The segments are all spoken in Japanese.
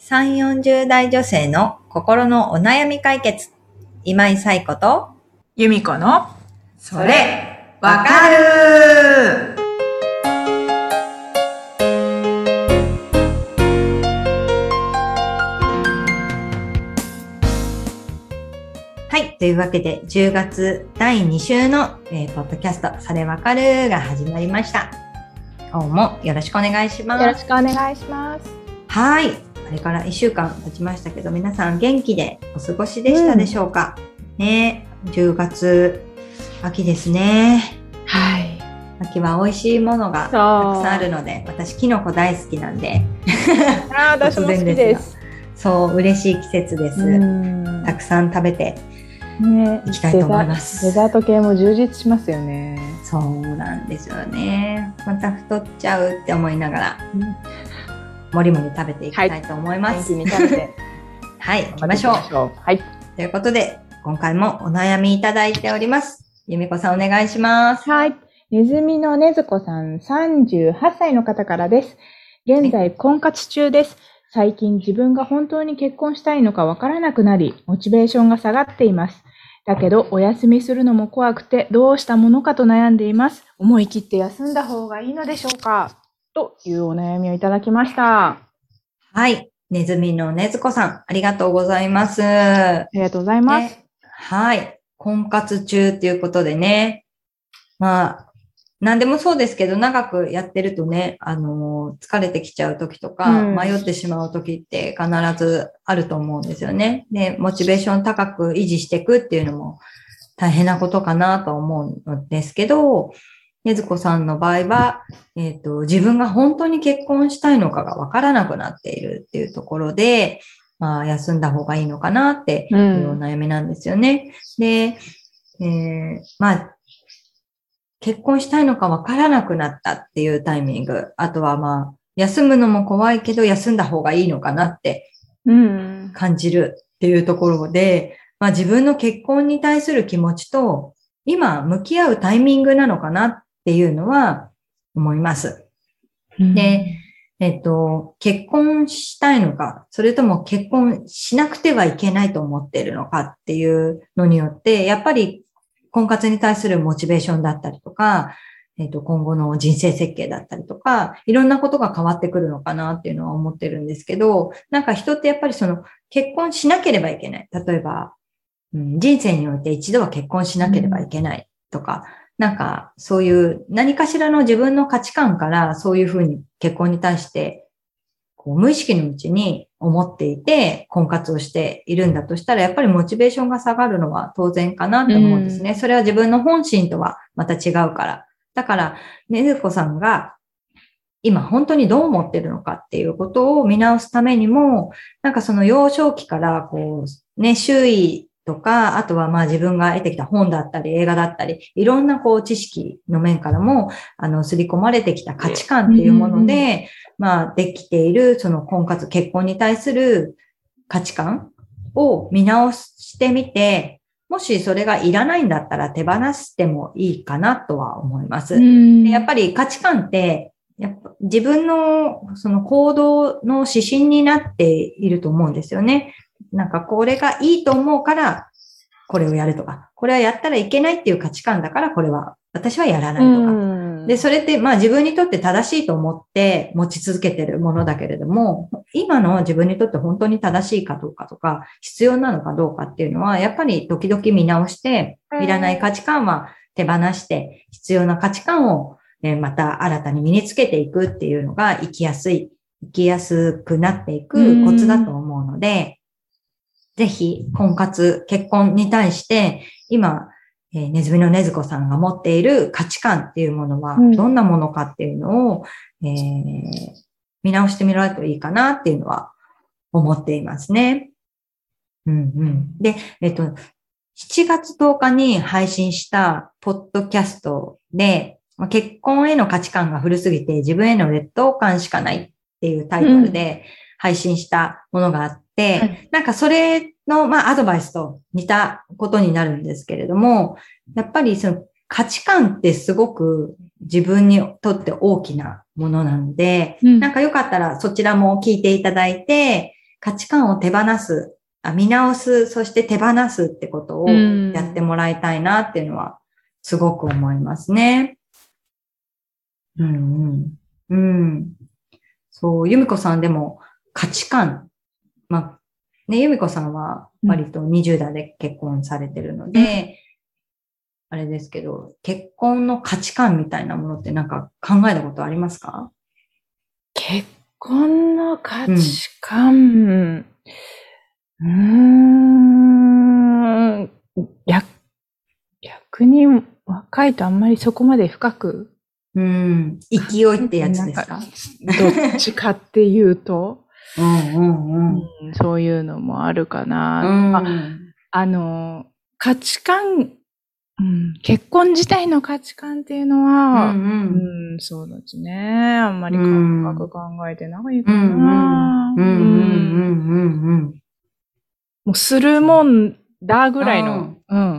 3、40代女性の心のお悩み解決。今井彩子と由美子のそれわかる。 はい。というわけで、10月第2週の、ポッドキャスト、それわかるが始まりました。今日もよろしくお願いします。 よろしくお願いします。 はい。あれから1週間経ちましたけど、皆さん元気でお過ごしでしたでしょうか、ね、10月、秋ですね。 はい。 秋は美味しいものがたくさんあるので、私キノコ大好きなんで。 私も好きです。 そう、嬉しい季節です。たくさん食べていきたいと思います。 デザート系も充実しますよね。 そうなんですよね。また太っちゃうって思いながら、もりもり食べていきたいと思います。 元気に食べて。 はい、行きましょう。 はい。 ということで、今回もお悩みいただいております。由美子さんお願いします。 はい。ネズミのねずこさん38歳の方からです。現在婚活中です。最近自分が本当に結婚したいのかわからなくなり、モチベーションが下がっています。だけど、お休みするのも怖くて、どうしたものかと悩んでいます。思い切って休んだ方がいいのでしょうかというお悩みをいただきました。 はい。ネズミのねずこさん、ありがとうございます。 ありがとうございます。 はい。婚活中っていうことでね。まあ、何でもそうですけど、長くやってるとね、疲れてきちゃう時とか、迷ってしまう時って必ずあると思うんですよね。で、モチベーション高く維持していくっていうのも大変なことかなと思うのですけど、ねずこさんの場合は、自分が本当に結婚したいのかがわからなくなっているっていうところで、まあ、休んだ方がいいのかなっていうお悩みなんですよね。で、まあ、結婚したいのかわからなくなったっていうタイミング。あとはまあ、休むのも怖いけど休んだ方がいいのかなって感じるっていうところで、まあ自分の結婚に対する気持ちと今向き合うタイミングなのかなっていうのは思います。で、結婚したいのか、それとも結婚しなくてはいけないと思っているのかっていうのによって、やっぱり婚活に対するモチベーションだったりとか、今後の人生設計だったりとか、いろんなことが変わってくるのかなっていうのは思ってるんですけど、なんか人ってやっぱりその結婚しなければいけない。例えば、人生において一度は結婚しなければいけないとか、なんかそういう何かしらの自分の価値観からそういうふうに結婚に対してこう無意識のうちに思っていて婚活をしているんだとしたらやっぱりモチベーションが下がるのは当然かなと思うんですね。それは自分の本心とはまた違うから。だからねずこさんが今本当にどう思ってるのかっていうことを見直すためにも、なんかその幼少期からこうね、周囲とか、あとはまあ自分が得てきた本だったり映画だったり、いろんなこう知識の面からも、刷り込まれてきた価値観っていうもので、まあできているその婚活、結婚に対する価値観を見直してみて、もしそれがいらないんだったら手放してもいいかなとは思います。でやっぱり価値観って、やっぱ自分のその行動の指針になっていると思うんですよね。なんかこれがいいと思うからこれをやるとか、これはやったらいけないっていう価値観だからこれは私はやらないとか。で、それってまあ自分にとって正しいと思って持ち続けてるものだけれども、今の自分にとって本当に正しいかどうかとか、必要なのかどうかっていうのは、やっぱり時々見直して、いらない価値観は手放して、必要な価値観をまた新たに身につけていくっていうのが生きやすくなっていくコツだと思うので、ぜひ婚活、結婚に対して今、ネズミのねずこさんが持っている価値観っていうものはどんなものかっていうのを、見直してみられるといいかなっていうのは思っていますね。で、7月10日に配信したポッドキャストで、結婚への価値観が古すぎて自分への劣等感しかないっていうタイトルで配信したものがあって、なんかそれの、アドバイスと似たことになるんですけれども、やっぱりその価値観ってすごく自分にとって大きなものなので、なんかよかったらそちらも聞いていただいて、 価値観を手放す、見直す、そして手放すってことをやってもらいたいなっていうのはすごく思いますね。そう、由美子さんでも価値観、由美子さんは割と20代で結婚されてるので、あれですけど、結婚の価値観みたいなものってなんか考えたことありますか？ 結婚の価値観、逆に若いとあんまりそこまで深く。 勢いってやつですか？ どっちかっていうと、そういうのもあるかな。価値観、結婚自体の価値観っていうのは、そうですね。あんまり深く考えてないかな。もうするもんだぐらいの、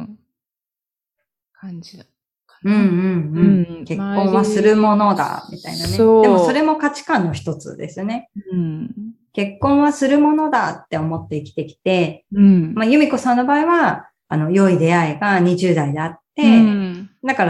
感じだ。 結婚はするものだ、みたいなね。でもそれも価値観の一つですね。結婚はするものだって思って生きてきて、由美子さんの場合は、良い出会いが20代であって、だから、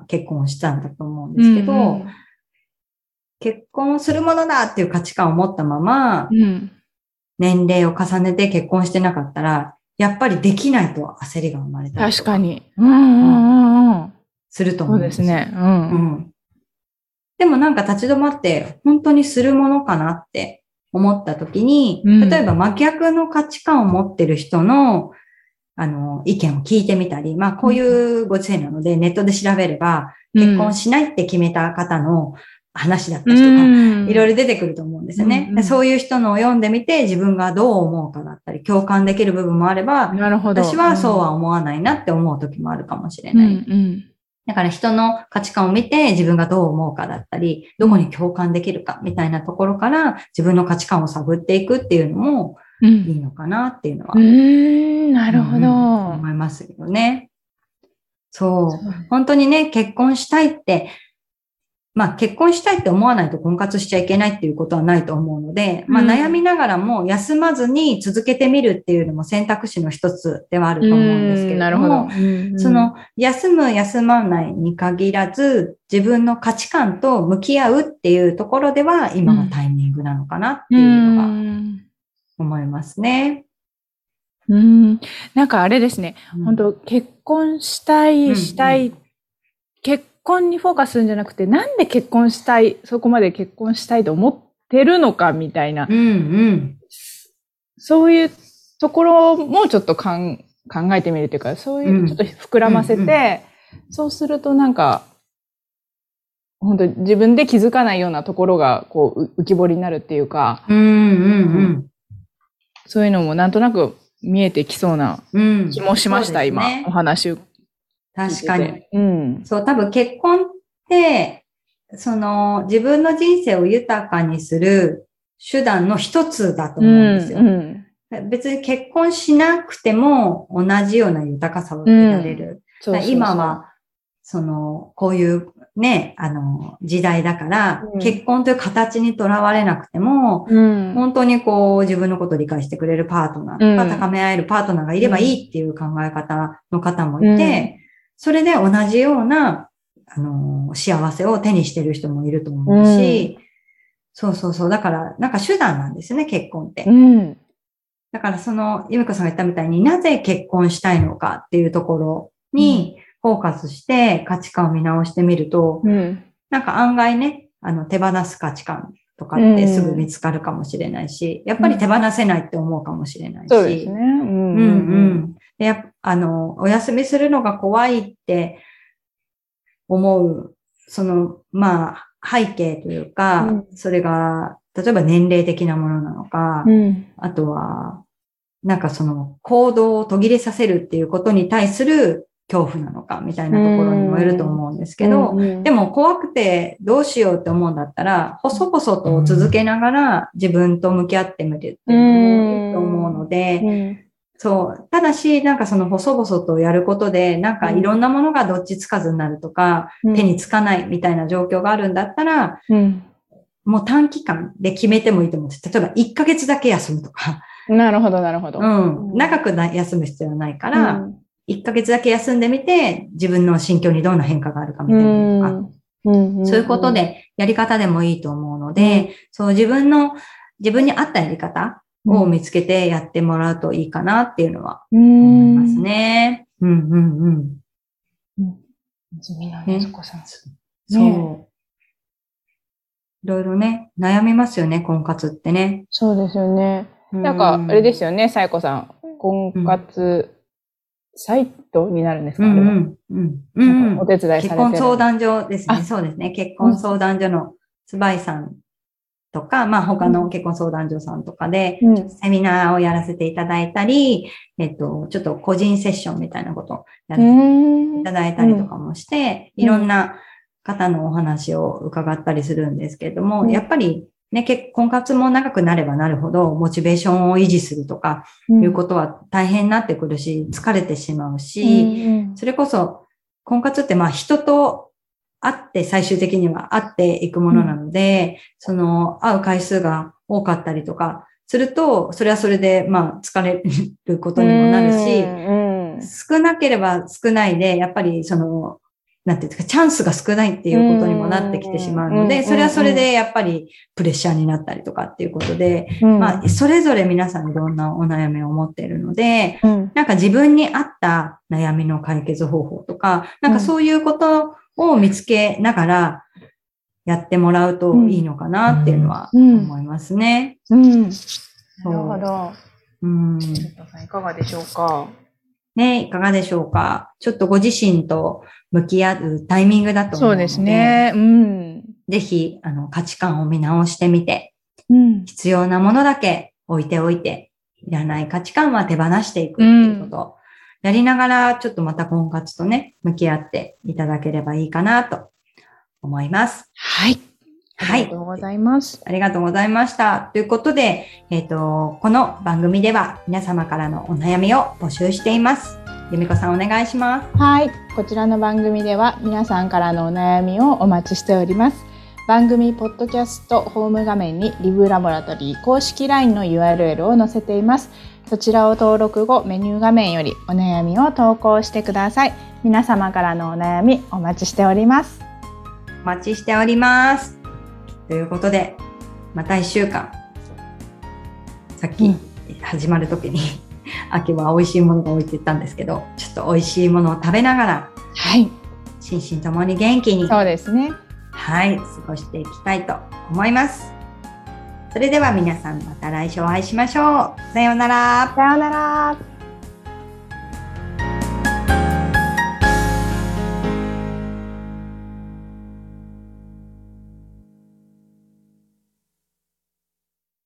結婚をしたんだと思うんですけど、結婚をするものだっていう価値観を持ったまま、年齢を重ねて結婚してなかったら、やっぱりできないと焦りが生まれたりとか。 確かに。 すると思うんですよ。 そうですね。 でもなんか立ち止まって、本当にするものかなって思った時に、例えば真逆の価値観を持ってる人の、意見を聞いてみたり、こういうご時世なので、ネットで調べれば、結婚しないって決めた方の話だったりとか、いろいろ出てくると思うんですよね。そういう人のを読んでみて、自分がどう思うかだったり、共感できる部分もあれば、私はそうは思わないなって思う時もあるかもしれない。だから人の価値観を見て自分がどう思うかだったり、どこに共感できるかみたいなところから自分の価値観を探っていくっていうのもいいのかなっていうのは。 なるほど。 思いますよね。そう。本当にね、結婚したいって、結婚したいって思わないと婚活しちゃいけないっていうことはないと思うので、悩みながらも休まずに続けてみるっていうのも選択肢の一つではあると思うんですけれども、その休む休まないに限らず自分の価値観と向き合うっていうところでは今がタイミングなのかなっていうのが思いますね。 なんかあれですね、本当結婚したい、結婚にフォーカスするんじゃなくて、なんで結婚したい、そこまで結婚したいと思ってるのかみたいな、そういうところもちょっと考えてみるというか、そういうちょっと膨らませて、そうするとなんか、本当自分で気づかないようなところがこう浮き彫りになるっていうか、そういうのもなんとなく見えてきそうな気もしました、今、お話を。 確かに。そう、多分結婚って、自分の人生を豊かにする手段の一つだと思うんですよ。別に結婚しなくても同じような豊かさを得られる。今は、こういうね、時代だから、結婚という形にとらわれなくても、本当にこう自分のことを理解してくれるパートナーとか、高め合えるパートナーがいればいいっていう考え方の方もいて、それで同じような、幸せを手にしてる人もいると思うし、そう。だから、なんか手段なんですね、結婚って。だから由美子さんが言ったみたいになぜ結婚したいのかっていうところにフォーカスして価値観を見直してみると、なんか案外ね、手放す価値観とかってすぐ見つかるかもしれないし、やっぱり手放せないって思うかもしれないし。 そうですね。 で、お休みするのが怖いって思う、背景というか、それが、例えば年齢的なものなのか、あとは、なんか行動を途切れさせるっていうことに対する恐怖なのか、みたいなところにもよると思うんですけど、でも怖くてどうしようって思うんだったら、細々と続けながら自分と向き合ってみるっていうのもいいと思うので、そう。ただし、なんか細々とやることで、なんかいろんなものがどっちつかずになるとか、手につかないみたいな状況があるんだったら、 もう短期間で決めてもいいと思うんです。例えば1ヶ月だけ休むとか。 なるほど、なるほど。 長く休む必要はないから、1ヶ月だけ休んでみて、自分の心境にどんな変化があるか見てみるとか。そういうことで、やり方でもいいと思うので、そう自分に合ったやり方を見つけてやってもらうといいかなっていうのは思いますね。 地味なねずこさん。 そう。いろいろね、悩みますよね、婚活ってね。 そうですよね。なんか、あれですよね、さやこさん。婚活サイトになるんですか、お手伝いされてる。 結婚相談所ですね。そうですね。結婚相談所のつばいさんとか、まあ他の結婚相談所さんとかで、セミナーをやらせていただいたり、ちょっと個人セッションみたいなことをやらせていただいたりとかもして、いろんな方のお話を伺ったりするんですけれども、やっぱりね、婚活も長くなればなるほど、モチベーションを維持するとか、いうことは大変になってくるし、疲れてしまうし、それこそ、婚活ってまあ人と会って最終的には会っていくものなので、会う回数が多かったりとかすると、それはそれでまあ疲れることにもなるし、少なければ少ないで、やっぱりなんていうんですか、チャンスが少ないっていうことにもなってきてしまうので、それはそれでやっぱりプレッシャーになったりとかっていうことで、まあ、それぞれ皆さんいろんなお悩みを持っているので、なんか自分に合った悩みの解決方法とか、なんかそういうことを見つけながらやってもらうといいのかなっていうのは思いますね。 なるほど。いかがでしょうか？ ね、いかがでしょうか。ちょっとご自身と向き合うタイミングだと思うので。そうですね。ぜひ、価値観を見直してみて、必要なものだけ置いておいて、いらない価値観は手放していくっていうことをやりながら、ちょっとまた婚活とね、向き合っていただければいいかなと思います。 はい。ありがとうございます。 ありがとうございました。ということで、この番組では皆様からのお悩みを募集しています。由美子さんお願いします。 はい。こちらの番組では皆さんからのお悩みをお待ちしております。番組ポッドキャストホーム画面にリブラボラトリー公式 LINE の URL を載せています。そちらを登録後、メニュー画面よりお悩みを投稿してください。皆様からのお悩みお待ちしております。 お待ちしております。ということで、また1週間。さっき始まるときに、秋は美味しいものが多いって言ったんですけど、ちょっと美味しいものを食べながら、 はい。 心身ともに元気に。 そうですね。 はい、過ごしていきたいと思います。それでは皆さんまた来週お会いしましょう。さようなら。 さようなら。